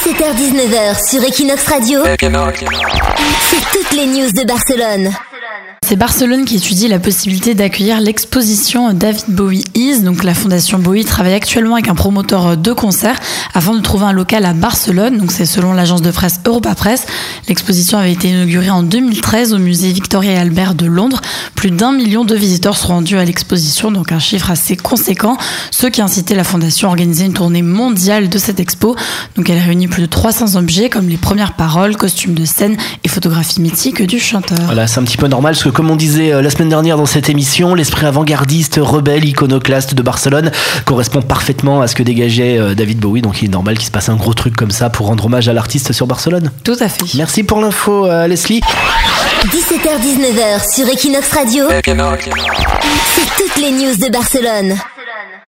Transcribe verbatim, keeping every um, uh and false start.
dix-sept heures dix-neuf heures sur Equinox Radio. C'est toutes les news de Barcelone. C'est Barcelone qui étudie la possibilité d'accueillir l'exposition David Bowie Is. Donc la Fondation Bowie travaille actuellement avec un promoteur de concerts afin de trouver un local à Barcelone. Donc c'est selon l'agence de presse Europa Press. L'exposition avait été inaugurée en deux mille treize au musée Victoria et Albert de Londres. Plus d'un million de visiteurs sont rendus à l'exposition, donc un chiffre assez conséquent. Ce qui a incité la Fondation à organiser une tournée mondiale de cette expo. Donc elle réunit plus de trois cents objets comme les premières paroles, costumes de scène et photographies mythiques du chanteur. Voilà, c'est un petit peu normal parce que comme on disait la semaine dernière dans cette émission, l'esprit avant-gardiste, rebelle, iconoclaste de Barcelone correspond parfaitement à ce que dégageait David Bowie. Donc il est normal qu'il se passe un gros truc comme ça pour rendre hommage à l'artiste sur Barcelone. Tout à fait. Merci pour l'info, euh, Leslie. dix-sept heures dix-neuf heures sur Equinox Radio. C'est toutes les news de Barcelone.